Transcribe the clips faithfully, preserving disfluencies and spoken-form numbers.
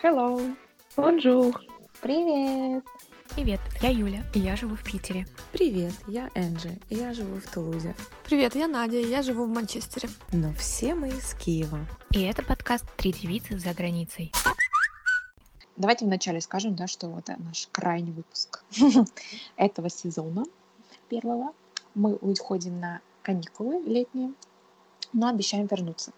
Hello. Bonjour. Привет! Привет, я Юля, и я живу в Питере. Привет, я Энджи, и я живу в Тулузе. Привет, я Надя, и я живу в Манчестере. Но все мы из Киева. И это подкаст «Три девицы за границей». Давайте вначале скажем, да, что вот наш крайний выпуск этого сезона первого. Мы уходим на каникулы летние, но обещаем вернуться.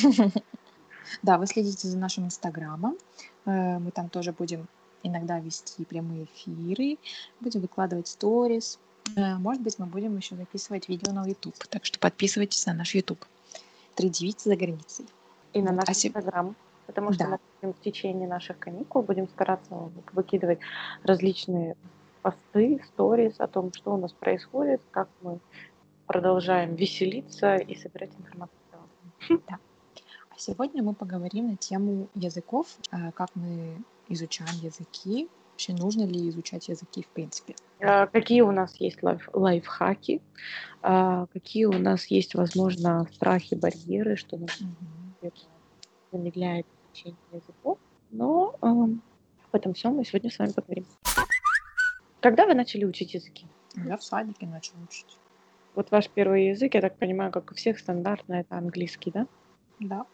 Да, вы следите за нашим инстаграмом. Мы там тоже будем иногда вести прямые эфиры, будем выкладывать сторис. Может быть, мы будем еще записывать видео на YouTube. Так что подписывайтесь на наш YouTube. Три девицы за границей. И на Вот, наш а се- инстаграм. Потому что Да. мы будем в течение наших каникул будем стараться выкидывать различные посты, сторис о том, что у нас происходит, как мы продолжаем веселиться и собирать информацию. А сегодня мы поговорим на тему языков, а, как мы изучаем языки, вообще нужно ли изучать языки в принципе. А, Какие у нас есть лайф- лайфхаки, а, какие у нас есть, возможно, страхи, барьеры, что нам Мгм. это замедляет изучение языков. Но ам, об этом всем мы сегодня с вами поговорим. Когда вы начали учить языки? Я в садике начала учить. Вот ваш первый язык, я так понимаю, как у всех стандартно, это английский, да? Да.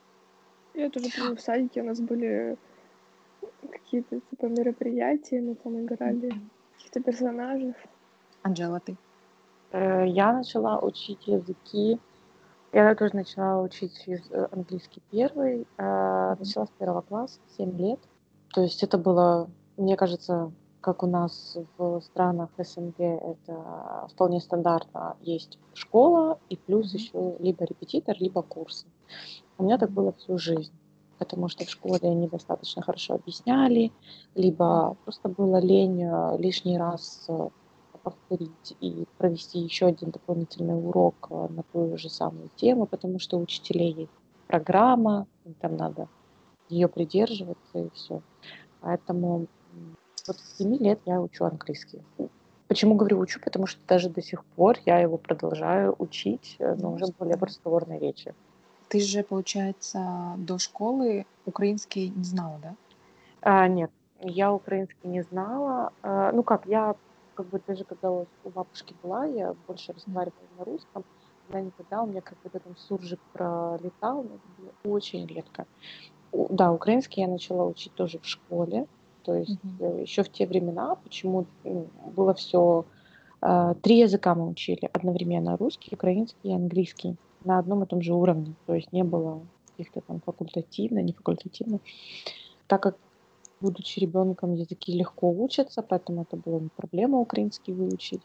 Я тоже помню, в садике у нас были какие-то типа мероприятия, мы там играли каких-то персонажей. Анжела, ты? Э, Я начала учить языки. Я тоже начала учить яз- э, английский первый. э, Начала с первого класса, семь лет. То есть это было, мне кажется, как у нас в странах СНГ, это вполне стандартно. Есть школа и плюс Мгм. еще либо репетитор, либо курсы. У меня так Мгм. было всю жизнь, потому что в школе недостаточно хорошо объясняли, либо просто было лень э, лишний раз э, повторить и провести еще один дополнительный урок э, на ту же самую тему, потому что у учителей есть программа, и там надо ее придерживаться и все. Поэтому м, вот с семи лет я учу английский. Почему говорю учу? Потому что даже до сих пор я его продолжаю учить, э, но уже более в разговорной речи. Ты же, получается, до школы украинский не знала, да? А, нет, я украинский не знала. А, ну как, я как бы даже когда у у бабушки была, я больше разговаривала на русском. Она никогда у меня как бы этот суржик пролетал, но это было очень редко. У- Да, украинский я начала учить тоже в школе. То есть Мгм. еще в те времена, почему ну, было все... Три языка мы учили одновременно: русский, украинский и английский на одном и том же уровне. То есть не было каких-то там факультативно, не факультативно. Так как будучи ребенком, языки легко учатся, поэтому это была не проблема украинский выучить.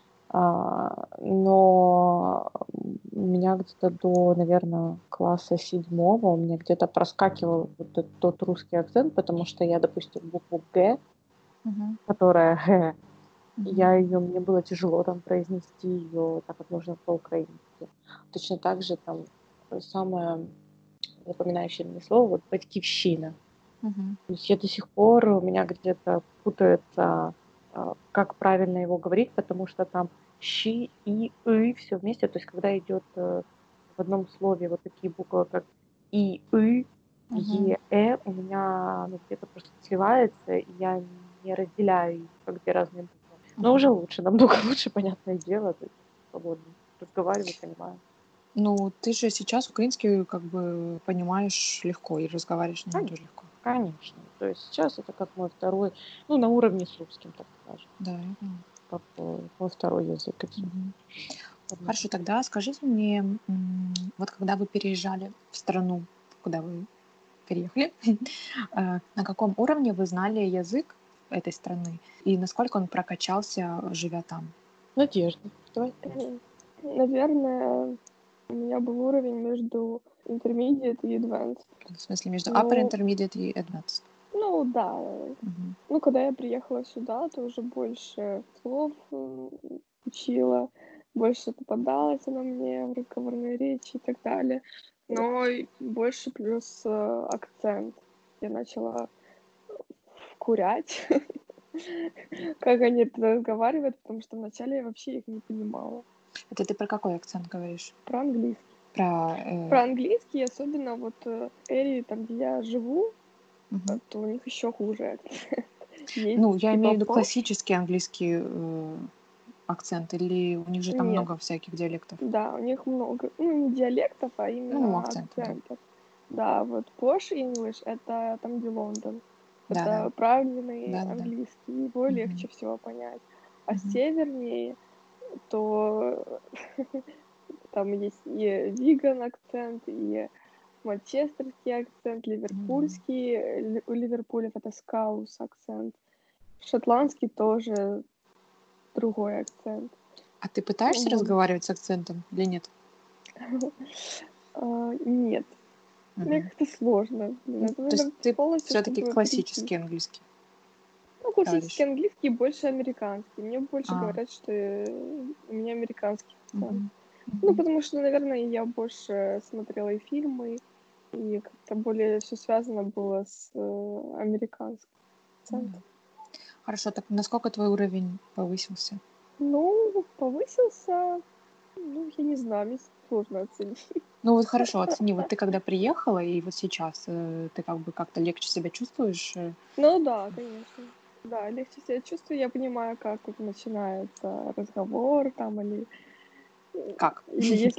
А, но у меня где-то до, наверное, класса седьмого у меня где-то проскакивал вот этот тот русский акцент, потому что я, допустим, букву Г, Мгм. которая Г, Мгм. я ее, мне было тяжело там произнести ее так, как нужно по-украински. Точно так же там самое запоминающее мне слово вот батькивщина. Мгм. То есть я до сих пор, у меня где-то путается, а, как правильно его говорить, потому что там щи, и, и, все вместе. То есть когда идет э, в одном слове вот такие буквы, как и, и, Мгм. е, э, у меня ну, где-то просто сливается, и я не разделяю их, как две разные буквы. Но уже лучше, намного лучше, понятное дело, то есть свободно разговариваю, понимаю. Ну, ты же сейчас украинский как бы понимаешь легко и разговариваешь на нем тоже легко. Конечно. То есть сейчас это как мой второй, ну, на уровне с русским, так скажем. Да, я поняла. Как э, мой второй язык. каким. Мгм. Одно. Хорошо, тогда скажите мне, м, вот когда вы переезжали в страну, куда вы переехали, э, на каком уровне вы знали язык этой страны и насколько он прокачался, живя там? Надежда, давай ты. М, Наверное, у меня был уровень между intermediate и advanced. В смысле, между upper Ну, intermediate и advanced? ну да. Мгм. Ну, когда я приехала сюда, то уже больше слов м, учила, больше попадалось оно мне в разговорной речи и так далее. Но и больше плюс э, акцент. Я начала вкурять, как они это разговаривают, потому что вначале я вообще их не понимала. Это ты про какой акцент говоришь? Про английский. Про... э, Про английский, особенно вот э, Эри, там, где я живу, Мгм. то у них еще хуже акцент. Есть Ну, я типа имею в виду пош. классический английский э, акцент, или у них же там Нет, много всяких диалектов? да, у них много, ну, не диалектов, а Ну, именно акценты, да. акцентов. Да, вот posh English — это там, где Лондон. Да-да, Это правильный да-да-да. английский, его Мгм. легче всего понять. А Мгм. севернее, то там есть и виган акцент, и манчестерский акцент, Ну да. ливерпульский. э, ли- У Ливерпулев это скаус акцент. Шотландский тоже другой акцент. А ты пытаешься Вот. разговаривать с акцентом или нет? А, Нет, мне Мгм. как-то сложно. Блин, Ну, это то есть надо ты полностью, все-таки чтобы прийти. классический английский Ну, классический говоришь. английский больше американский. Мне больше А, говорят, что э, у меня американский акцент. мгм. Ну, Мгм. потому что, наверное, я больше смотрела и фильмы, и как-то более все связано было с э, американским Ну да. акцентом. Хорошо, так насколько твой уровень повысился? Ну, повысился, ну, я не знаю, мне сложно оценить. Ну вот хорошо, оцени, вот ты когда приехала и вот сейчас, э, ты как бы как-то легче себя чувствуешь? э? Ну да, конечно. Да, легче себя чувствую, я понимаю, как вот начинается разговор там, или, э, Как? или есть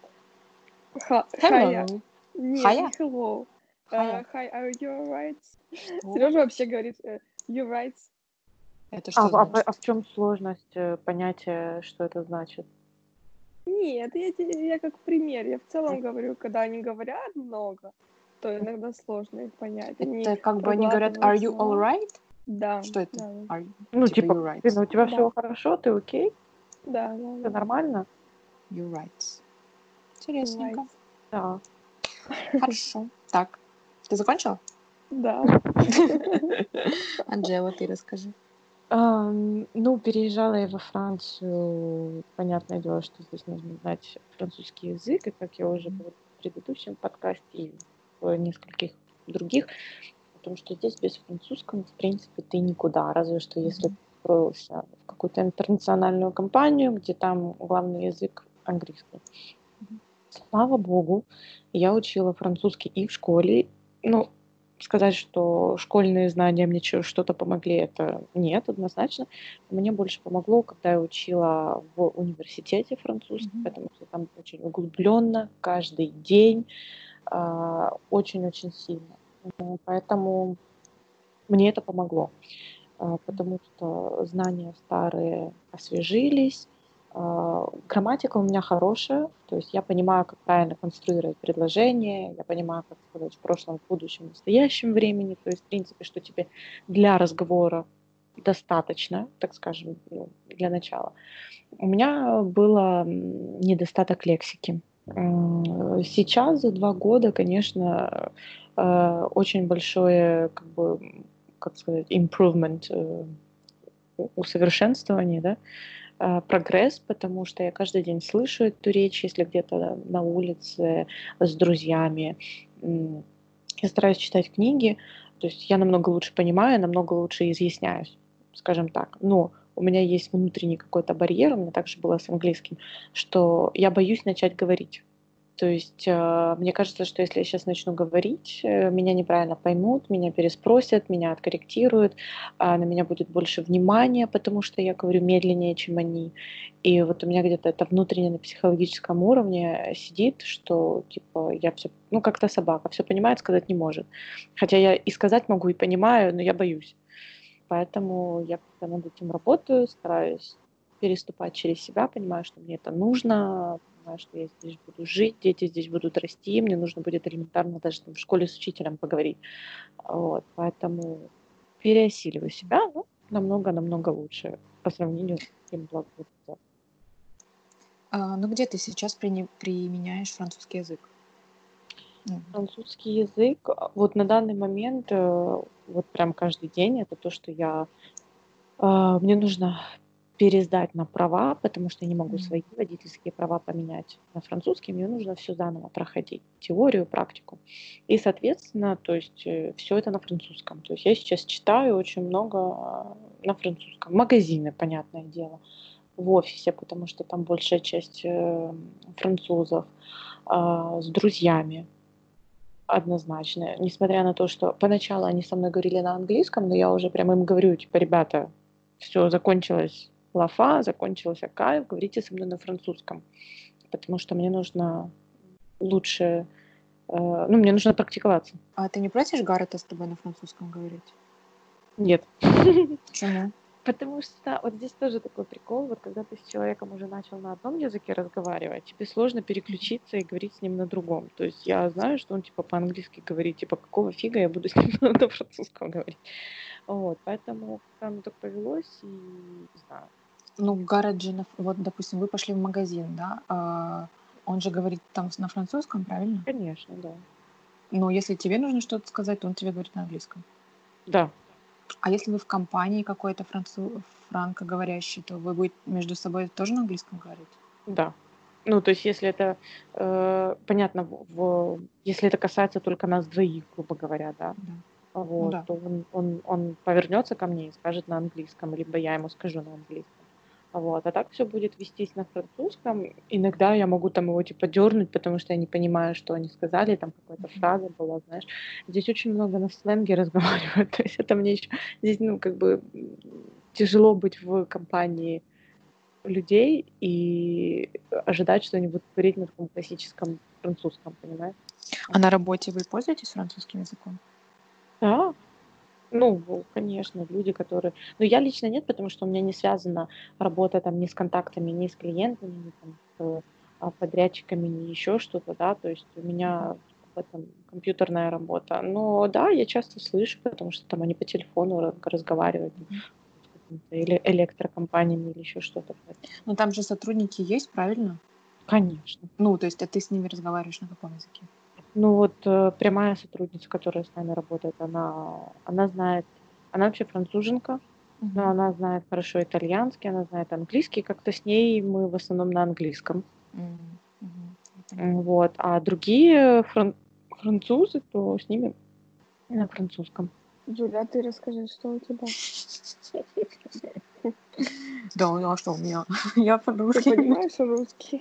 ха- хая. Hello. Нет, не Хая? hello. Э, Хая? Hi, are you alright? Что? Сережа вообще говорит э, you right. Это А, что в- а, в- значит? а в чем сложность э, понятия, что это значит? Нет, я, те- я как пример. Я в целом говорю, когда они говорят много, то иногда сложно их понять. Они Это как бы они говорят проглатывают are you слова. alright? Да, Что это? да, Are you- Ну, Типа типа, you right. блин, у тебя да, все хорошо, ты окей, да, да, все да. нормально? You right. You right. Интересненько. Да. Хорошо. Так, ты закончила? Да. Анжела, ты расскажи. Ам, ну, переезжала я во Францию. Понятное дело, что здесь нужно знать французский язык, и как я уже говорила в предыдущем подкасте и в нескольких других, потому что здесь без французского, в принципе, ты никуда, разве что если ты устроился в какую-то интернациональную компанию, где там главный язык английский. Слава богу, я учила французский и в школе. Ну, сказать, что школьные знания мне чё- что-то помогли, это нет, однозначно. Мне больше помогло, когда я учила в университете французский, Мгм. потому что там очень углубленно, каждый день, а, очень-очень сильно. Ну, Поэтому мне это помогло, а, потому что знания старые освежились. а, Грамматика у меня хорошая, то есть я понимаю, как правильно конструировать предложение, я понимаю, как сказать в прошлом, в будущем, в настоящем времени, то есть, в принципе, что тебе для разговора достаточно, так скажем, ну, для начала. У меня было м, недостаток лексики. М, Сейчас за два года, конечно, э, очень большое, как бы, м, как сказать, improvement, э, у- усовершенствование, да, а, прогресс, потому что я каждый день слышу эту речь, если где-то на улице с друзьями. М, Я стараюсь читать книги, то есть я намного лучше понимаю, намного лучше изъясняюсь, скажем так. Но у меня есть внутренний какой-то барьер, у меня также было с английским, что я боюсь начать говорить. То есть, э, мне кажется, что если я сейчас начну говорить, э, меня неправильно поймут, меня переспросят, меня откорректируют, а, на меня будет больше внимания, потому что я говорю медленнее, чем они. И вот у меня где-то это внутренне на психологическом уровне сидит, что типа я все, ну как-то собака, все понимает, сказать не может. Хотя я и сказать могу, и понимаю, но я боюсь. Поэтому я как-то над этим работаю, стараюсь переступать через себя, понимаю, что мне это нужно, понимаю, что я здесь буду жить, дети здесь будут расти, мне нужно будет элементарно даже там в школе с учителем поговорить. Вот, поэтому переосиливаю себя, ну, намного-намного лучше по сравнению с тем два года назад. А, ну где ты сейчас прини- применяешь французский язык? Ну, Французский язык, а, вот на данный момент, э, вот прям каждый день, это то, что я, а, мне нужно пересдать на права, потому что я не могу м, свои водительские права поменять на французский, мне нужно все заново проходить, теорию, практику. И, соответственно, то есть все это на французском. То есть я сейчас читаю очень много а, на французском. Магазины, понятное дело, в офисе, потому что там большая часть э, французов, а, с друзьями. однозначно. Несмотря на то, что поначалу они со мной говорили на английском, но я уже прямо им говорю, типа, ребята, все, закончилась лафа, закончился кайф, говорите со мной на французском, потому что мне нужно лучше, э, ну, мне нужно практиковаться. А ты не просишь Гаррета с тобой на французском говорить? Нет. Почему? Потому что вот здесь тоже такой прикол, вот когда ты с человеком уже начал на одном языке разговаривать, тебе сложно переключиться и говорить с ним на другом. То есть я знаю, что он типа по-английски говорит, типа какого фига я буду с ним на французском говорить. Вот, поэтому как оно так повелось, и не знаю. Ну, Гаррет же, на ф- вот, допустим, вы пошли в магазин, да? а, Он же говорит там с- на французском, правильно? Конечно, да. Но если тебе нужно что-то сказать, то он тебе говорит на английском. Да, А если вы в компании какой-то францу... франкоговорящий, то вы будете между собой тоже на английском говорить? да. Ну, то есть, если это, э, понятно, в, в- если это касается только нас двоих, грубо говоря, да, Да. вот, да. то он, он, он повернется ко мне и скажет на английском, либо я ему скажу на английском. Вот. А так все будет вестись на французском. Иногда я могу там его типа дернуть, потому что я не понимаю, что они сказали, там какая-то фраза была, знаешь. Здесь очень много на сленге разговаривают, то есть это мне еще здесь, ну, как бы м, тяжело быть в компании людей и ожидать, что они будут говорить на таком классическом французском, понимаешь? А на работе вы пользуетесь французским языком? Да, ну, в- конечно, люди, которые... Но я лично нет, потому что у меня не связана работа там ни с контактами, ни с клиентами, ни там, с а, подрядчиками, ни еще что-то, да, то есть у меня в этом компьютерная работа. Но да, я часто слышу, потому что там они по телефону ра- разговаривают там, Мгм. с какими-то или электрокомпаниями или еще что-то. Ну, там же сотрудники есть, правильно? Конечно. Ну, то есть, а ты с ними разговариваешь на каком языке? Ну вот э, прямая сотрудница, которая с нами работает, она, она знает, она вообще француженка, но Мгм. она знает хорошо итальянский, она знает английский, как-то с ней мы в основном на английском. М, мгм. Я поняла. М, Вот. А другие фран- французы, то с ними на французском. Юля, а ты расскажи, что у тебя? Да, ну а что у меня? Я Ты по-русски. понимаешь русский?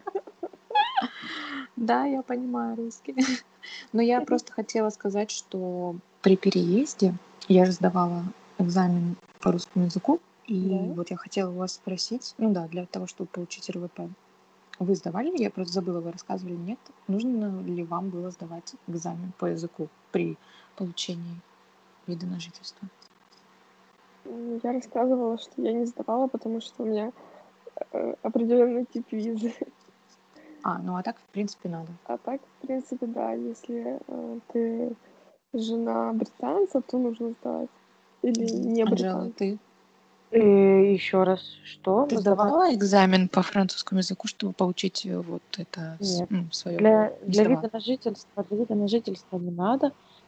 Да, я понимаю русский. Но я просто хотела сказать, что при переезде я же сдавала экзамен по русскому языку, и Да. вот я хотела у вас спросить, ну да, для того, чтобы получить эр вэ пэ. Вы сдавали? Я просто забыла, вы рассказывали, нет? Нужно ли вам было сдавать экзамен по языку при получении вида на жительство? М, Я рассказывала, что я не сдавала, потому что у меня э, определенный тип визы. А, ну а так, в принципе, надо. А так, в принципе, да, если э, ты жена британца, то нужно сдавать. Или Мгм. не Анжела, британца. ты? И еще раз, что? Ты Мы сдавали? сдавала экзамен по французскому языку, чтобы получить э, вот это Нет. свое? Для, Не для сдавала. вида на жительство, для вида на жительство не надо,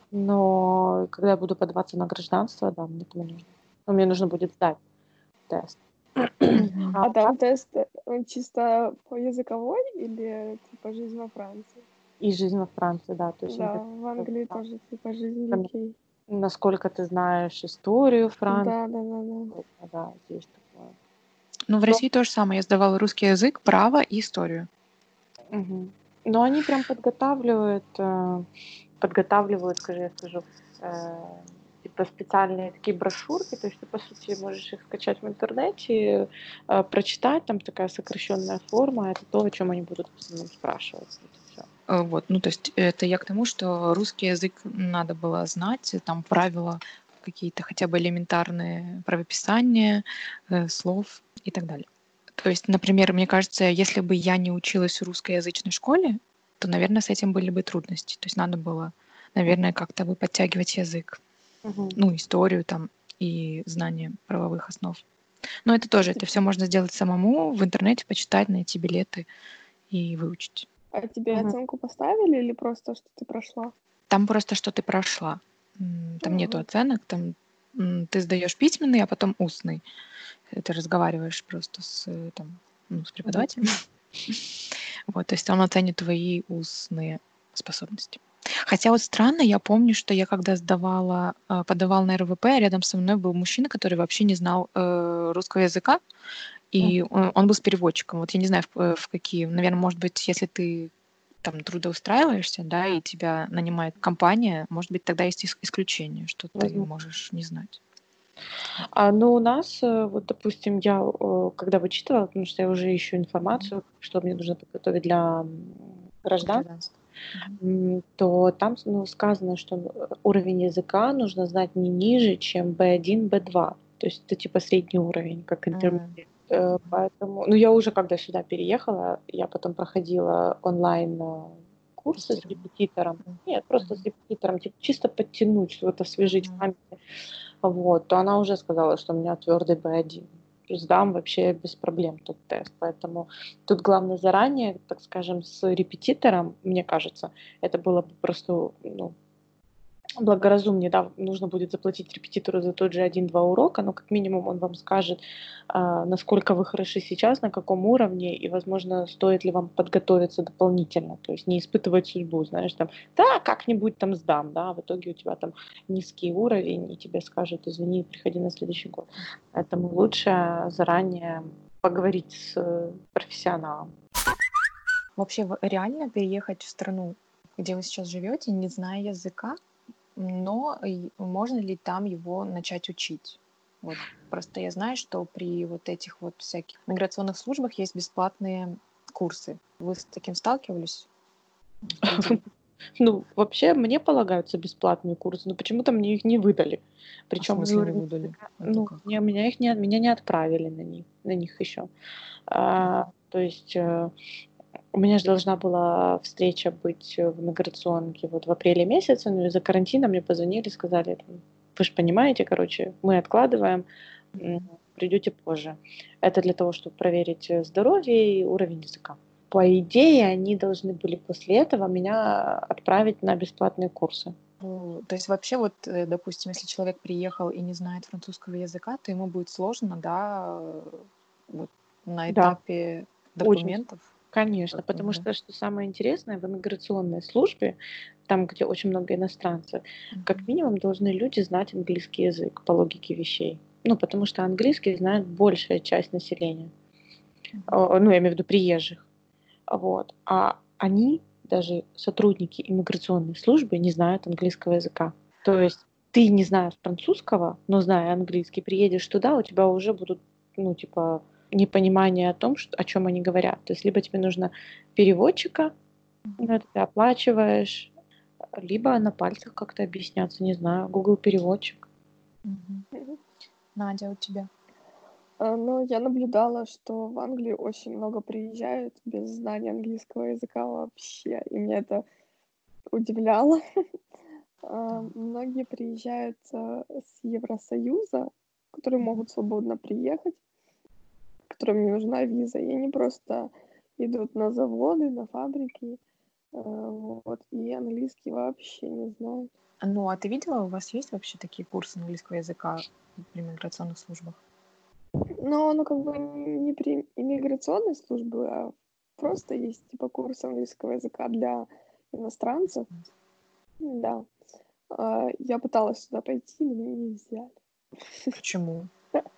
но когда я буду подаваться на гражданство, да, мне это нужно. Ну, мне нужно будет сдать тест. Мгм. А А так там тест, э, он чисто по языковой или типа жизнь во Франции? и жизнь во Франции, да, то есть Да, интерес, в Англии да, тоже типа жизнь там, ю кей. насколько ты знаешь историю Франции, Да, да, да, да. вот, да, здесь такое. Ну, в Но, России то же самое. Я сдавала русский язык, право и историю. мгм. Но они прям подготавливают, э, подготавливают, скажи, я скажу, э, типа специальные такие брошюрки, то есть ты, по сути, можешь их скачать в интернете, э, прочитать, там такая сокращенная форма, это то, о чем они будут в основном спрашивать. Вот и всё. Э, Вот, ну, то есть это я к тому, что русский язык надо было знать, э, там правила какие-то хотя бы элементарные правописания, э, слов и так далее. То есть, например, мне кажется, если бы я не училась в русскоязычной школе, то, наверное, с этим были бы трудности. То есть надо было, наверное, как-то бы подтягивать язык, Мгм. ну, историю там и знание правовых основ. Но это тоже, это все можно сделать самому, в интернете почитать, найти билеты и выучить. А тебе Мгм. оценку поставили или просто что ты прошла? Там просто, что ты прошла. М, Там нету Ага. оценок, там м, ты сдаешь письменный, а потом устный. Э, Ты разговариваешь просто с, э, там, ну, с Мгм. преподавателем. Вот, то есть он оценит твои устные способности. Хотя вот странно, я помню, что я когда сдавала, а, подавала на эр вэ пэ, рядом со мной был мужчина, который вообще не знал э, русского языка, и Мгм. он, он был с переводчиком. Вот я не знаю, в, э, в какие, наверное, может быть, если ты там трудоустраиваешься, да, и тебя нанимает компания, может быть, тогда есть ис- исключение, что ты Возможно. можешь не знать. А, но у нас, э, вот, допустим, я, э, когда вычитывала, потому что я уже ищу информацию, что мне нужно подготовить для м, граждан, Гражданство. Мгм. м, то там ну, сказано, что э, уровень языка нужно знать не ниже, чем би один, би два. То есть это типа средний уровень, как интермедиат. Э, Мгм. Поэтому, ну я уже когда сюда переехала, я потом проходила онлайн э, курсы с Тестирование. репетитором. Мгм. Нет, просто с репетитором, типа чисто подтянуть, что-то освежить в Мгм. памяти. Вот, то она уже сказала, что у меня твердый би один. То есть сдам вообще без проблем тот тест. Поэтому тут главное заранее, так скажем, с репетитором, мне кажется, это было бы просто, ну, благоразумнее, да, нужно будет заплатить репетитору за тот же один-два урока, но как минимум он вам скажет, а, насколько вы хороши сейчас, на каком уровне, и, возможно, стоит ли вам подготовиться дополнительно, то есть не испытывать судьбу, знаешь, там, да, как-нибудь там сдам, да, а в итоге у тебя там низкий уровень, и тебе скажут, извини, приходи на следующий год. Поэтому лучше заранее поговорить с профессионалом. Вообще в- реально переехать в страну, где вы сейчас живете, не зная языка, но и можно ли там его начать учить? Вот просто я знаю, что при вот этих вот всяких миграционных службах есть бесплатные курсы. Вы с таким сталкивались среди... Ну, вообще, мне полагаются бесплатные курсы, но почему-то мне их не выдали. А в Причем мой смысле не уровень выдали? языка, Это ну, как? мне, меня их не, меня не отправили на них, на них еще. А, то есть э, у меня же должна была встреча быть в миграционке вот в апреле месяце, но из-за карантина мне позвонили, сказали, там, вы же понимаете, короче, мы откладываем, м, Мгм. придете позже. Это для того, чтобы проверить э, здоровье и уровень языка. По идее, они должны были после этого меня отправить на бесплатные курсы. О, То есть вообще вот, э, допустим, если человек приехал и не знает французского языка, то ему будет сложно, да, э, вот на Да, этапе очень документов. конечно, Как потому бы, да? что, что самое интересное, в иммиграционной службе, там, где очень много иностранцев, как Мгм. минимум должны люди знать английский язык по логике вещей. Ну, потому что английский знает большая часть населения. Мгм. О, ну, я имею в виду приезжих. Вот. А они, даже сотрудники иммиграционной службы, не знают английского языка. То есть ты, не зная французского, но зная английский, приедешь туда, у тебя уже будут, ну, типа, непонимание о том, что, о чем они говорят. То есть либо тебе нужно переводчика, ну, это ты оплачиваешь, либо на пальцах как-то объясняться, не знаю, Google переводчик. Мгм. Мгм. Надя, у тебя? А, Ну, я наблюдала, что в Англию очень много приезжают без знания английского языка вообще, и меня это удивляло. А, Так. Многие приезжают а, с Евросоюза, которые Мгм. могут свободно приехать, которым не нужна виза, и они просто идут на заводы, на фабрики, а, вот, и английский вообще не знают. Ну, а ты видела, у вас есть вообще такие курсы английского языка при миграционных службах? Но оно как бы не при иммиграционной службе, а просто есть типа курс английского языка для иностранцев. Да. А, Я пыталась туда пойти, но меня не взяли. Почему?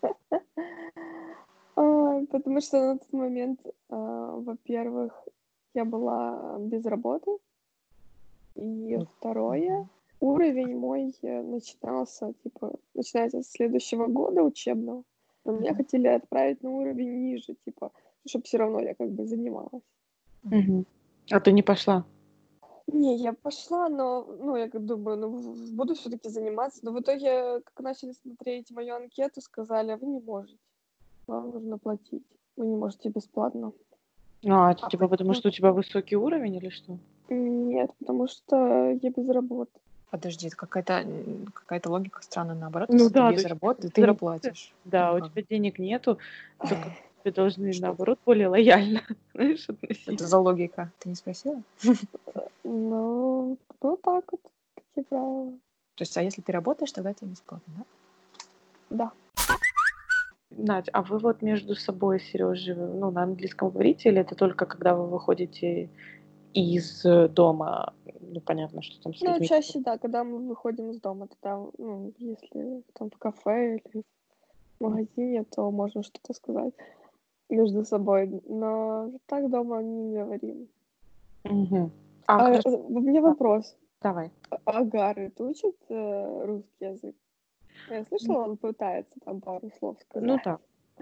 А, Потому что на тот момент, а, во-первых, я была без работы, и Ну, второе, мгм. уровень мой э, начинался, типа, начинается с следующего года учебного, но меня Мгм. хотели отправить на уровень ниже, типа, чтобы все равно я как бы занималась. Мгм. Мгм. А ты не пошла? Не, я пошла, но, ну, я как думаю, ну, в- буду все-таки заниматься. Но в итоге, как начали смотреть мою анкету, сказали, а вы не можете, вам нужно платить, вы не можете бесплатно. А, это А типа потому Вот. что у тебя высокий уровень или что? Нет, потому что я без работы. подожди, это какая-то м, какая-то логика странная. Наоборот, Ну если ты да, то без есть работы, ты ты не работаешь, платишь. да, Ну у как? тебя денег нету, то как тебе должны, наоборот, более лояльно, знаешь, Это относиться. за логика? Ты не спросила? Ну, вот так вот, такие правила. То есть, а если ты работаешь, тогда тебе бесплатно, да? Да. Надь, а вы вот между собой, Сережей, ну, на английском говорите, или это только когда вы выходите из э, дома? Ну, понятно, что там с Ну, людьми. чаще, да, когда мы выходим из дома, тогда, ну, если там в кафе или в магазине, то можно что-то сказать между собой. Но так дома не говорим. Мгм. А, А, э, хорошо, у меня да, вопрос. давай. А а Гаррет учит э, русский язык? Я слышала, он пытается там пару слов Ну сказать. да.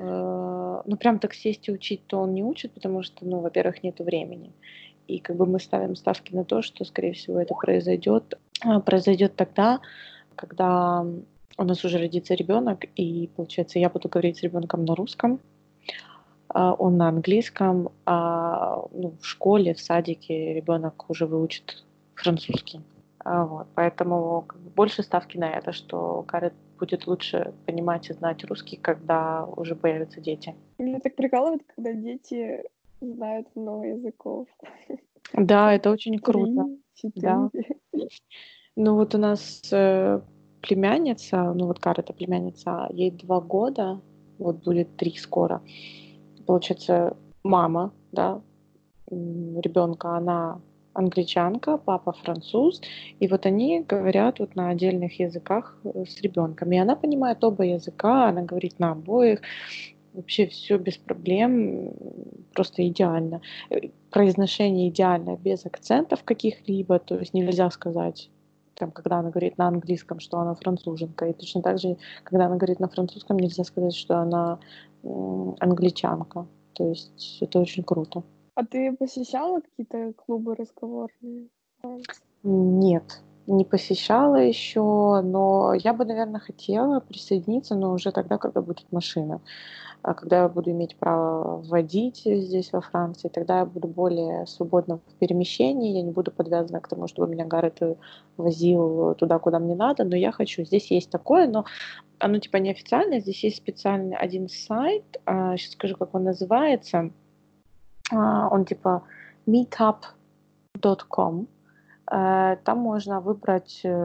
Э, Ну, прям так сесть и учить, то он не учит, потому что, ну, во-первых, нету времени. И как бы мы ставим ставки на то, что, скорее всего, это произойдет, а, произойдет тогда, когда у нас уже родится ребенок, и, получается, я буду говорить с ребенком на русском, а он на английском, а, ну, в школе, в садике ребенок уже выучит французский. А, вот, поэтому как бы больше ставки на это, что Гаррет будет лучше понимать и знать русский, когда уже появятся дети. Меня так прикалывает, когда дети знают много языков. Да, Там это очень круто. три, Да. четыре. Ну вот у нас э, племянница, ну вот Гаррета племянница, ей два года, вот будет три скоро. Получается, мама, да, ребенка, она англичанка, папа француз, и вот они говорят вот на отдельных языках э, с ребенком. И она понимает оба языка, она говорит на обоих, вообще все без проблем, м, просто идеально. Э, Произношение идеально, без акцентов каких-либо, то есть нельзя сказать, там, когда она говорит на английском, что она француженка, и точно так же, когда она говорит на французском, нельзя сказать, что она м, англичанка. То есть это очень круто. А ты посещала какие-то клубы разговорные? Танцы? Нет, не посещала еще, но я бы, наверное, хотела присоединиться, но уже тогда, когда будет машина. А когда я буду иметь право водить здесь, во Франции, тогда я буду более свободна в перемещении, я не буду подвязана к тому, чтобы меня Гаррет э, возил туда, куда мне надо, но я хочу. Здесь есть такое, но оно типа неофициальное, здесь есть специальный один сайт, сейчас скажу, как он называется, А, он типа meetup точка com. Э, Там можно выбрать э,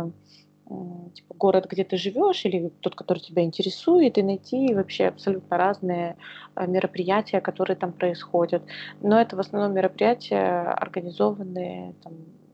м, типа, город, где ты живешь, или тот, который тебя интересует, и найти вообще абсолютно разные э, мероприятия, которые там происходят. Но это в основном мероприятия, организованные там,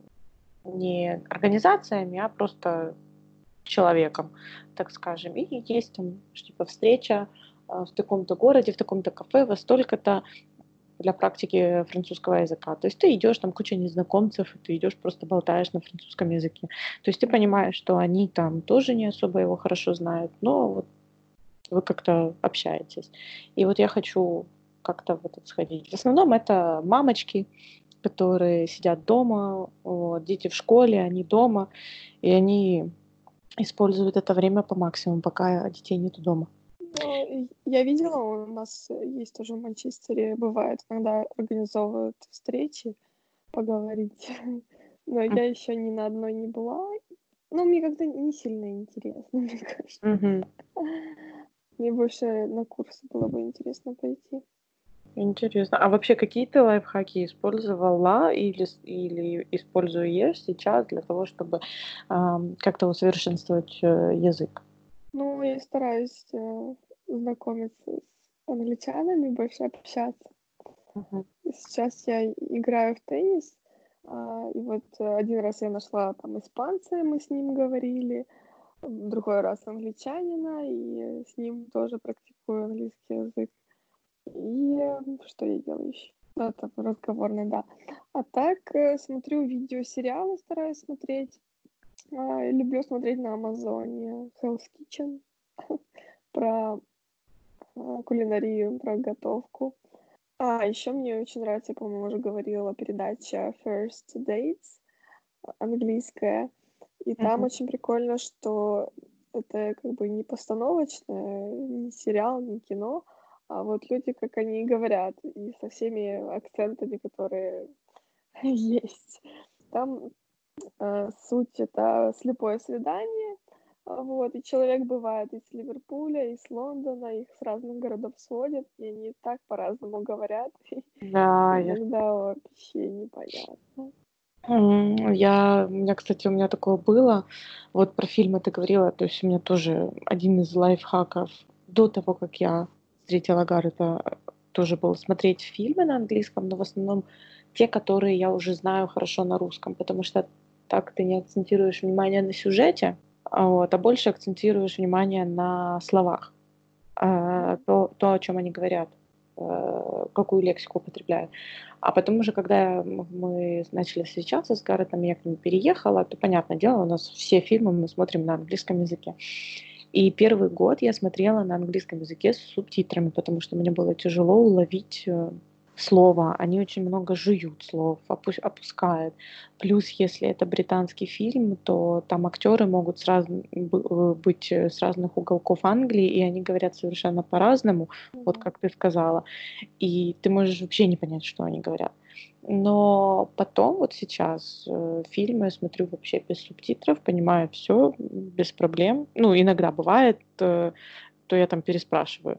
не организациями, а просто человеком, так скажем. И есть там типа встреча э, в таком-то городе, в таком-то кафе во столько-то для практики французского языка. То есть ты идешь, там куча незнакомцев, и ты идешь, просто болтаешь на французском языке. То есть ты понимаешь, что они там тоже не особо его хорошо знают, но вот вы как-то общаетесь. И вот я хочу как-то в этот сходить. В основном это мамочки, которые сидят дома, вот, дети в школе, они дома, и они используют это время по максимуму, пока детей нету дома. Ну, и я видела, у нас есть тоже в Манчестере, бывает, иногда организовывают встречи поговорить. Но я еще ни на одной не была. Ну, мне как-то не сильно интересно, мне кажется. Мгм. Мне больше на курсы было бы интересно пойти. Интересно. А вообще какие ты лайфхаки использовала или, с- или используешь сейчас для того, чтобы ам, как-то усовершенствовать э, язык? Ну, я стараюсь э, знакомиться с англичанами, больше общаться. Мгм. Сейчас я играю в теннис, а, и вот э, один раз я нашла там испанца, и мы с ним говорили, в другой раз англичанина, и с ним тоже практикую английский язык. И э, что я делаю еще? Ну, это разговорный, да. А так э, смотрю видеосериалы, стараюсь смотреть. А, люблю смотреть на Амазоне Hell's Kitchen про а, кулинарию, про готовку. А, еще мне очень нравится, я, по-моему, уже говорила, передача First Dates, а, английская. И там Мгм. очень прикольно, что это как бы не постановочное, не сериал, не кино, а вот люди, как они и говорят, и со всеми акцентами, которые есть. Там э, суть это слепое свидание, а, вот, и человек бывает из Ливерпуля, из Лондона, их с разных городов сводят, и они так по-разному говорят, и Да, я, иногда вообще непонятно. М, я, у меня, кстати, у меня такое было. Вот про фильмы ты говорила, то есть у меня тоже один из лайфхаков до того, как я встретила Гаррета, э, тоже был смотреть фильмы на английском, но в основном те, которые я уже знаю хорошо на русском, потому что так ты не акцентируешь внимание на сюжете, а, вот, а больше акцентируешь внимание на словах, а, то, то, о чем они говорят. э, какую лексику употребляют. А потом уже, когда мы начали встречаться с Гарретом, я к нему переехала, то, понятное дело, у нас все фильмы мы смотрим на английском языке. И первый год я смотрела на английском языке с субтитрами, потому что мне было тяжело уловить э, слово. Они очень много жуют слов, опу- опускают. Плюс, если это британский фильм, то там актеры могут с раз- б- быть э, с разных уголков Англии, и они говорят совершенно по-разному, вот Мгм. как ты сказала. И ты можешь вообще не понять, что они говорят. Но потом, вот сейчас, э, фильмы я смотрю вообще без субтитров, понимаю все без проблем. Ну, иногда бывает, э, то я там переспрашиваю.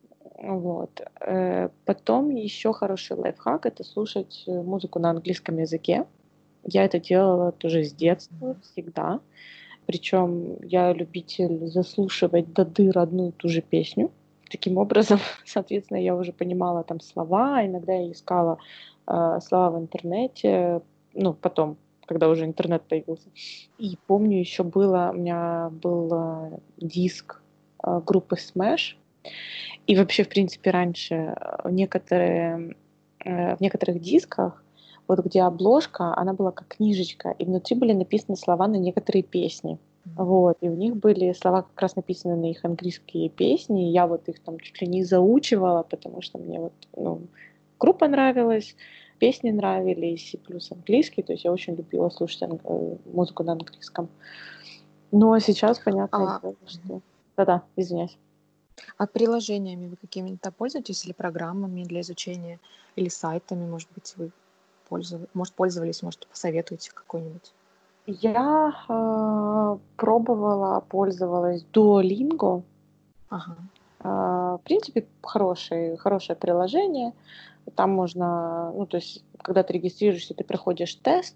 Вот. Э, Потом еще хороший лайфхак — это слушать э, музыку на английском языке. Я это делала тоже с детства, всегда. Причем я любитель заслушивать до дыр одну и ту же песню. Таким образом, соответственно, я уже понимала там слова, иногда я искала э, слова в интернете, ну, потом, когда уже интернет появился. И помню, еще было, у меня был э, диск э, группы Smash, и вообще, в принципе, раньше э, некоторые, э, в некоторых дисках, вот где обложка, она была как книжечка, и внутри были написаны слова на некоторые песни. Вот, и у них были слова как раз написаны на их английские песни, и я вот их там чуть ли не заучивала, потому что мне вот, ну, группа нравилась, песни нравились, и плюс английский, то есть я очень любила слушать анг- э, музыку на английском. Но сейчас, понятное А, дело, мгм. что... Да-да, извиняюсь. А приложениями вы какими-то пользуетесь или программами для изучения, или сайтами, может быть, вы пользовались, может, пользовались, может, посоветуете какой-нибудь? Я э, пробовала, пользовалась Duolingo. Ага. А, В принципе, хорошее, хорошее приложение. Там можно, ну, то есть, когда ты регистрируешься, ты проходишь тест,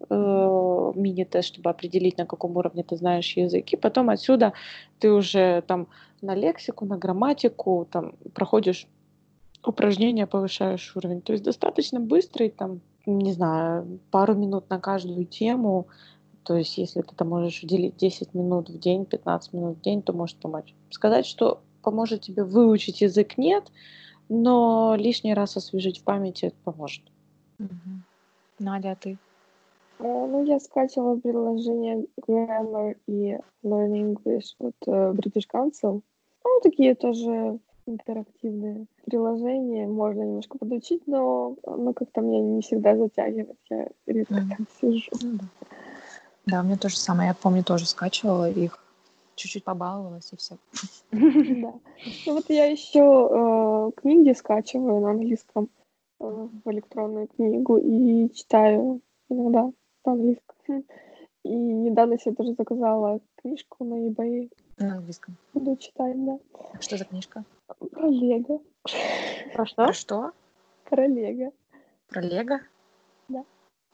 э, мини-тест, чтобы определить, на каком уровне ты знаешь язык. И потом отсюда ты уже там на лексику, на грамматику там проходишь упражнения, повышаешь уровень. То есть достаточно быстрый, там, не знаю, пару минут на каждую тему. То есть, если ты там можешь уделить десять минут в день, пятнадцать минут в день, то может помочь. Сказать, что поможет тебе выучить язык, нет, но лишний раз освежить в памяти это поможет. Мгм. Надя, а ты? А, Ну, я скачивала приложение Grammar и Learn English от э, British Council. Ну, такие тоже интерактивные приложения. Можно немножко подучить, но оно как-то меня не всегда затягивает. Я редко Мгм. там сижу. Ну да. Да, у меня то же самое. Я помню, тоже скачивала их, чуть-чуть побаловалась и все. Да. Ну вот я еще книги скачиваю на английском э, в электронную книгу и читаю иногда по-английски. И недавно себе тоже заказала книжку на eBay. На английском. Буду читать, да. Что за книжка? Про Лего. Про Про что? что? Про Лего, Про Лего? да.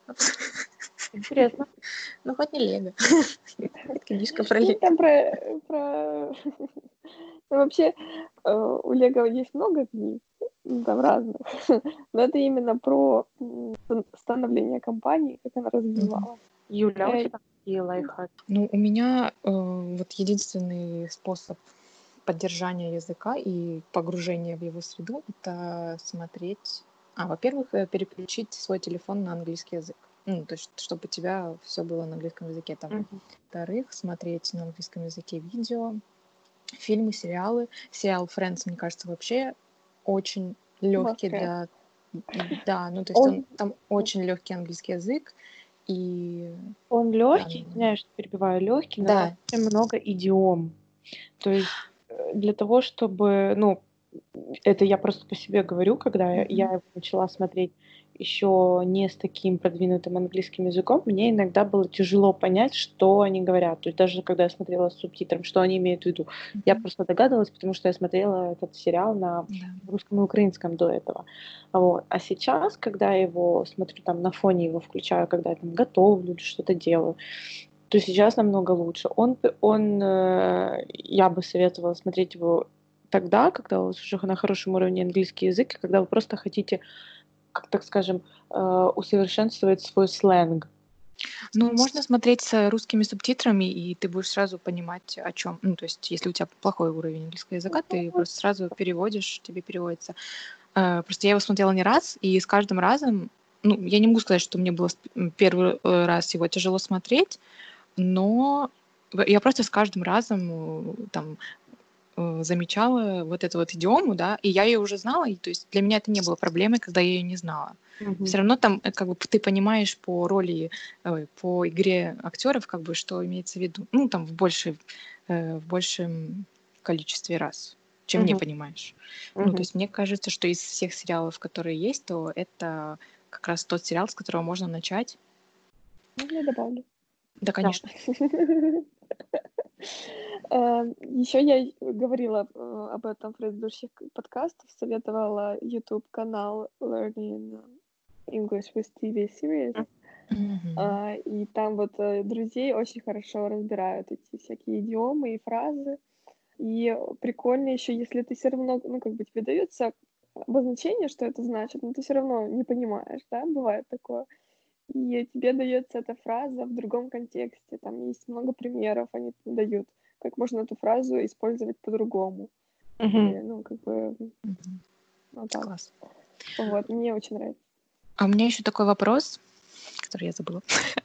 Интересно. Ну, хоть не Лего. Книжка про Ну, Лего. там про... про... Ну, вообще, э, у Лего есть много книг, ну, там разных. Но это именно про м, ст- становление компании, как она Мгм. развивалась. Юля, а у Э, тебя какие лайфхаки? Ну, у меня э, вот единственный способ поддержания языка и погружения в его среду — это смотреть... А, во-первых, э, переключить свой телефон на английский язык. Ну, то есть, чтобы у тебя все было на английском языке там. Мгм. Во-вторых, смотреть на английском языке видео, фильмы, сериалы. Сериал Friends, мне кажется, вообще очень легкий Must-have. для... Да, ну, то есть он Он, там очень легкий английский язык. И Он да, легкий, ну, извиняюсь, что перебиваю, легкий, но там да. очень много идиом. То есть э, для того, чтобы, ну, это я просто по себе говорю, когда я Мгм. я его начала смотреть еще не с таким продвинутым английским языком, мне иногда было тяжело понять, что они говорят. То есть даже когда я смотрела с субтитром, что они имеют в виду. Я Мгм. просто догадывалась, потому что я смотрела этот сериал на Да. русском и украинском до этого. Вот. А сейчас, когда я его смотрю там на фоне, его включаю, когда я там готовлю или что-то делаю, то сейчас намного лучше. Он, п- он, э, я бы советовала смотреть его тогда, когда у вас уже на хорошем уровне английский язык, и когда вы просто хотите, как так скажем, э, усовершенствовать свой сленг. Ну, можно смотреть с русскими субтитрами, и ты будешь сразу понимать, о чем. Ну, то есть, если у тебя плохой уровень английского языка, ты просто сразу переводишь, тебе переводится. Э, Просто я его смотрела не раз, и с каждым разом, ну, я не могу сказать, что мне было с- первый э, раз его тяжело смотреть, но в- я просто с каждым разом э, там э, замечала вот эту вот идиому, да, и я ее уже знала, и то есть для меня это не было проблемой, когда я ее не знала. Мгм. Все равно там э, как бы ты понимаешь по роли, ой, по игре актеров, как бы что имеется в виду, ну там в большей, э, в большем количестве раз, чем не Мгм. понимаешь. Ну то Мгм. есть мне кажется, что из всех сериалов, которые есть, то это как раз тот сериал, с которого можно начать. Можно я добавлю? Да, конечно. Еще я и говорила э, об этом в предыдущих к- подкастах, советовала YouTube-канал Learning English with ти ви Series. Мгм. А, И там вот э, друзей очень хорошо разбирают эти всякие идиомы и фразы. И прикольно еще, если ты все равно, ну, как бы тебе дается обозначение, что это значит, но ты все равно не понимаешь, да, бывает такое. И тебе дается эта фраза в другом контексте. Там есть много примеров, они там дают, как можно эту фразу использовать по-другому. И, Мгм. ну, как бы, Мгм. вот так. Класс. Вот, мне очень нравится. А у меня еще такой вопрос, который я забыла.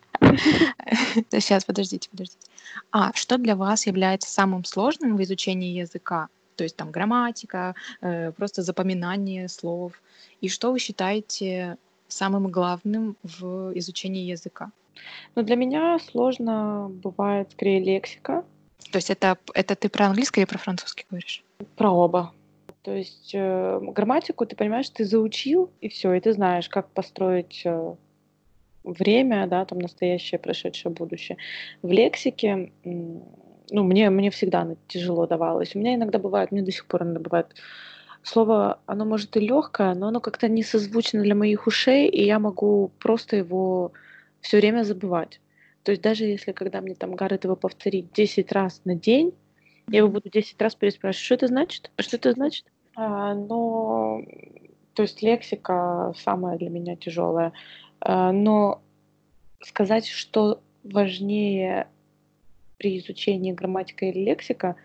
Сейчас, подождите, подождите. А что для вас является самым сложным в изучении языка? То есть там грамматика, э, просто запоминание слов. И что вы считаете самым главным в изучении языка? Но для меня сложно бывает скорее лексика. То есть это, это ты про английский или про французский говоришь? Про оба. То есть э, грамматику, ты понимаешь, ты заучил, и все, и ты знаешь, как построить э, время, да, там настоящее, прошедшее, будущее. В лексике, м, ну, мне, мне всегда оно тяжело давалось. У меня иногда бывает, мне до сих пор иногда бывает, слово, оно может и легкое, но оно как-то не созвучно для моих ушей, и я могу просто его все время забывать. То есть даже если, когда мне там говорят его повторить десять раз на день, я его Мгм. буду десять раз переспрашивать, что это значит? А что это значит? А, но, то есть лексика самая для меня тяжелая. А, но сказать, что важнее при изучении грамматика или лексика,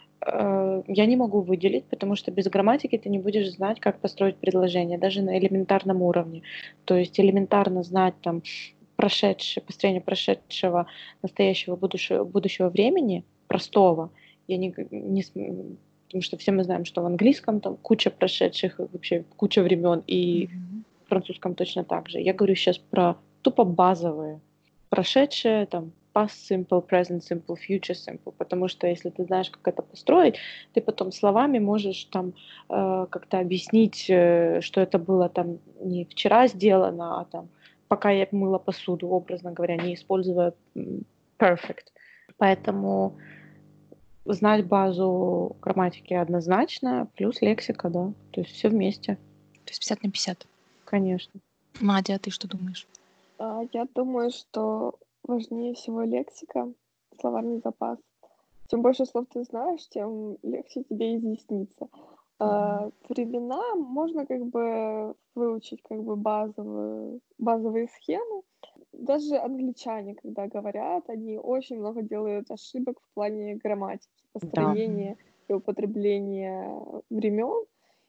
э, я не могу выделить, потому что без грамматики ты не будешь знать, как построить предложение, даже на элементарном уровне. То есть элементарно знать там прошедшее, построение прошедшего, настоящего, будущего, будущего времени, простого, я не, не см- потому что все мы знаем, что в английском там куча прошедших, вообще куча времен, и Мгм. в французском точно так же. Я говорю сейчас про тупо базовые. Прошедшее, там, past simple, present simple, future simple, потому что если ты знаешь, как это построить, ты потом словами можешь там э, как-то объяснить, э, что это было там не вчера сделано, а там пока я мыла посуду, образно говоря, не используя м, perfect. Поэтому знать базу грамматики однозначно, плюс лексика, да, то есть все вместе, То есть пятьдесят на пятьдесят. конечно. Надя, а ты что думаешь? А, Я думаю, что важнее всего лексика, словарный запас. Чем больше слов ты знаешь, тем легче тебе изъясниться. Мгм. А, Времена можно как бы выучить как бы базовые, базовые схемы. Даже англичане, когда говорят, они очень много делают ошибок в плане грамматики, Да, построения и употребления времен.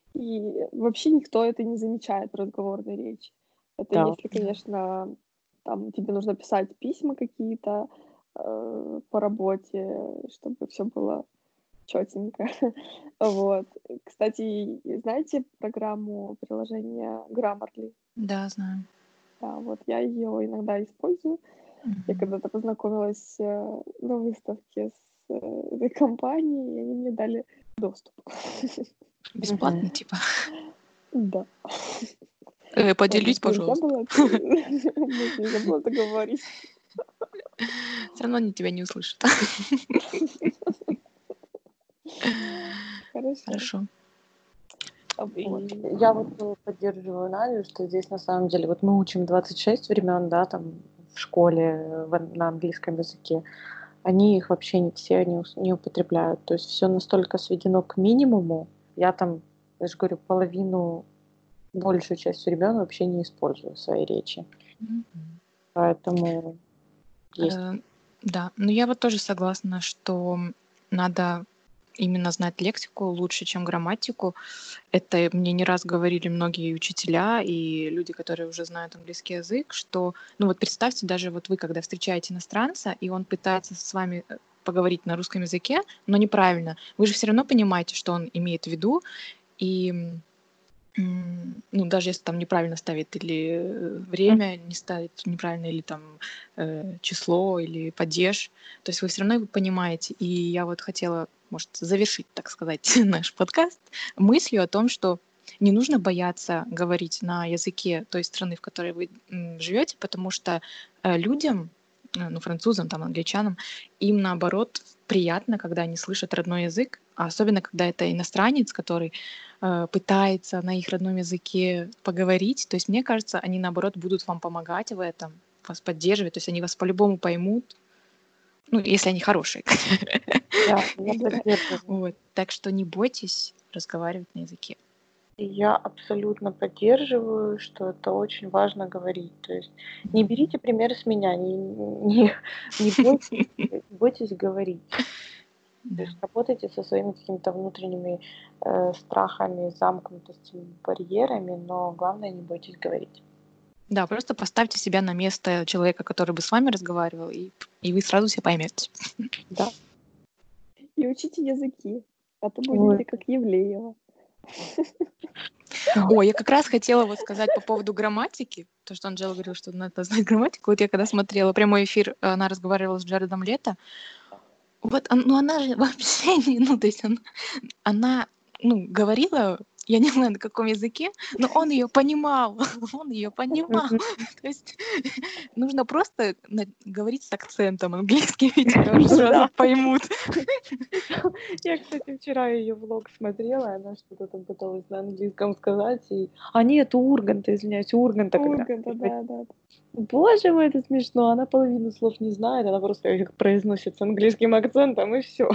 И вообще никто это не замечает в разговорной речи. Это да. если, Да. конечно, там тебе нужно писать письма какие-то э, по работе, чтобы все было четенько. Вот. Кстати, знаете программу приложения Grammarly? Да, знаю. Да, вот я ее иногда использую. Я Мгм. когда-то познакомилась э, на выставке с э, этой компанией, и они мне дали доступ. Мгм. Бесплатный, типа. Да. Э, Ой, Поделись, может, нельзя пожалуйста. было это может, нельзя было это говорить? Все равно они тебя не услышат. Хорошо. Хорошо. А И вот. я вот э, поддерживаю Надю, что здесь на самом деле, вот мы учим двадцать шесть времен, да, там в школе э, в- на английском языке, они их вообще не все не, ус- не употребляют. То есть все настолько сведено к минимуму. Я там, я же говорю, половину, большую часть времен вообще не использую в своей речи. Мгм. Поэтому есть. Э, Да, но я вот тоже согласна, что надо именно знать лексику лучше, чем грамматику. Это мне не раз говорили многие учителя и люди, которые уже знают английский язык, что, ну вот представьте, даже вот вы, когда встречаете иностранца, и он пытается с вами э, поговорить на русском языке, но неправильно, вы же все равно понимаете, что он имеет в виду, и м, ну, даже если там неправильно ставит или э, время не ставит неправильно, или там э, число, или падеж, то есть вы все равно его понимаете. И я вот хотела, может, завершить, так сказать, наш подкаст мыслью о том, что не нужно бояться говорить на языке той страны, в которой вы м, живете, потому что э, людям, э, ну, французам, там, англичанам, им наоборот приятно, когда они слышат родной язык, а особенно когда это иностранец, который э, пытается на их родном языке поговорить. То есть мне кажется, они наоборот будут вам помогать в этом, вас поддерживать, то есть они вас по-любому поймут, ну, если они хорошие. Да, я поддерживаю. Вот. Так что не бойтесь разговаривать на языке. И я абсолютно поддерживаю, что это очень важно говорить. То есть не берите пример с меня, не, не, не бойтесь, не бойтесь говорить. То Да. есть работайте со своими какими-то внутренними э, страхами, замкнутостями, барьерами, но главное, не бойтесь говорить. Да, просто поставьте себя на место человека, который бы с вами разговаривал, и, и вы сразу все поймете. Да. И учите языки, а то Ой. будете как Евлеева. Ой, я как раз хотела вот сказать по поводу грамматики, то, что Анжела говорила, что надо знать грамматику. Вот я когда смотрела прямой эфир, она разговаривала с Джаредом Лето. Вот, он- ну она же вообще не, ну то есть она, она ну, говорила, я не знаю на каком языке, но он ее понимал, он ее понимал. То есть нужно просто на- говорить с акцентом английским, и тебя уже сразу Да. поймут. Я, кстати, вчера ее влог смотрела, она что-то там пыталась на английском сказать. И... А нет, Урганта, извиняюсь, Урганта. когда- Урганта, да, да. Боже мой, это смешно. Она половину слов не знает, она просто их произносит с английским акцентом, и все.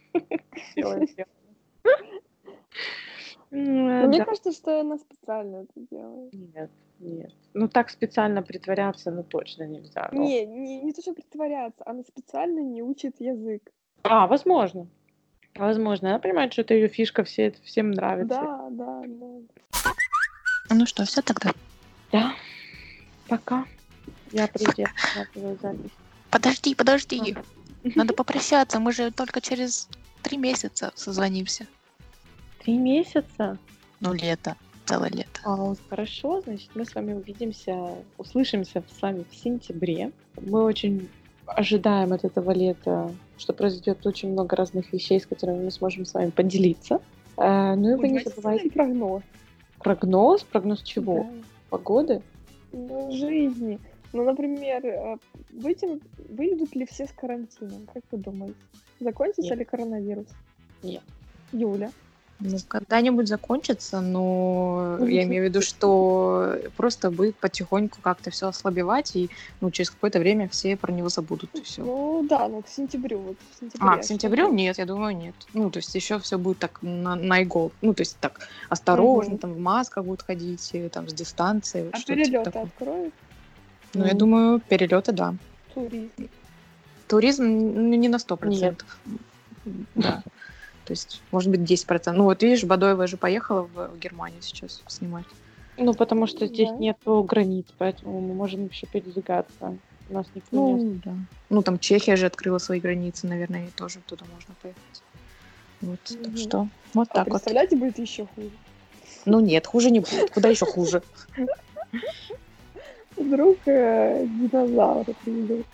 Но мне кажется, что она специально это делает. Нет, нет. Ну так специально притворяться, ну точно нельзя. ну. Не, не, не то, что притворяться, она специально не учит язык. А, возможно. Возможно. Она понимает, что это ее фишка, все, это всем нравится. Да, да, да. Ну что, все тогда? Да. Пока. Я приеду на твою запись. Подожди, подожди. Надо попрощаться, мы же только через три месяца созвонимся. Три месяца? Ну, лето, целое лето. А, хорошо, значит, мы с вами увидимся, услышимся с вами в сентябре. Мы очень ожидаем от этого лета, что произойдет очень много разных вещей, с которыми мы сможем с вами поделиться. Э, ну и вы не Давайте забывайте. сделаем прогноз. Прогноз? Прогноз чего? Да. Погоды? Ну, жизни. Ну, например, э, выйдем, выйдут ли все с карантином? Как вы думаете? Закончится Нет. ли коронавирус? Нет. Юля? Ну, когда-нибудь закончится, но Ну, я имею в виду, что просто будет потихоньку как-то все ослабевать, и ну, через какое-то время все про него забудут, и все. Ну да, ну к сентябрю. Вот, в сентябре, А, к сентябрю нет, я думаю, нет. Ну, то есть еще все будет так на, на игол. Ну, то есть так осторожно, Мгм. там в масках будут ходить, и, там с дистанцией. вот А что-то типа перелеты такого. откроют? Ну, я М. думаю, перелеты, да. Туризм. Туризм ну, не на сто процентов. Да. То есть, может быть, десять процентов. Ну, вот видишь, Бадоева же поехала в в Германию сейчас снимать. Ну, потому что здесь Да. нету границ, поэтому мы можем еще передвигаться. Нас никто не Ну, да. Ну, там Чехия же открыла свои границы, наверное, и тоже туда можно поехать. Вот, так Мгм. что вот А так вот. представляете, будет еще хуже. Ну нет, хуже не будет. Куда еще хуже? Вдруг э, динозавры придут.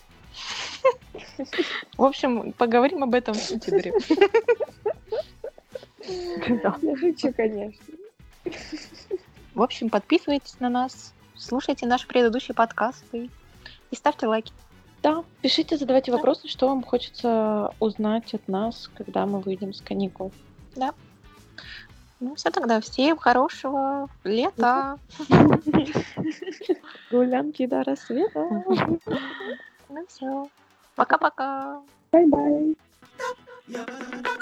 В общем, поговорим об этом в сентябре. Да. Я шучу, конечно. В общем, подписывайтесь на нас, слушайте наши предыдущие подкасты и ставьте лайки. Да, пишите, задавайте вопросы, что вам хочется узнать от нас, когда мы выйдем с каникул. Ну, все тогда. Всем хорошего лета. Гулянки до рассвета. Ну все. Пока-пока. Бай-бай. Yabba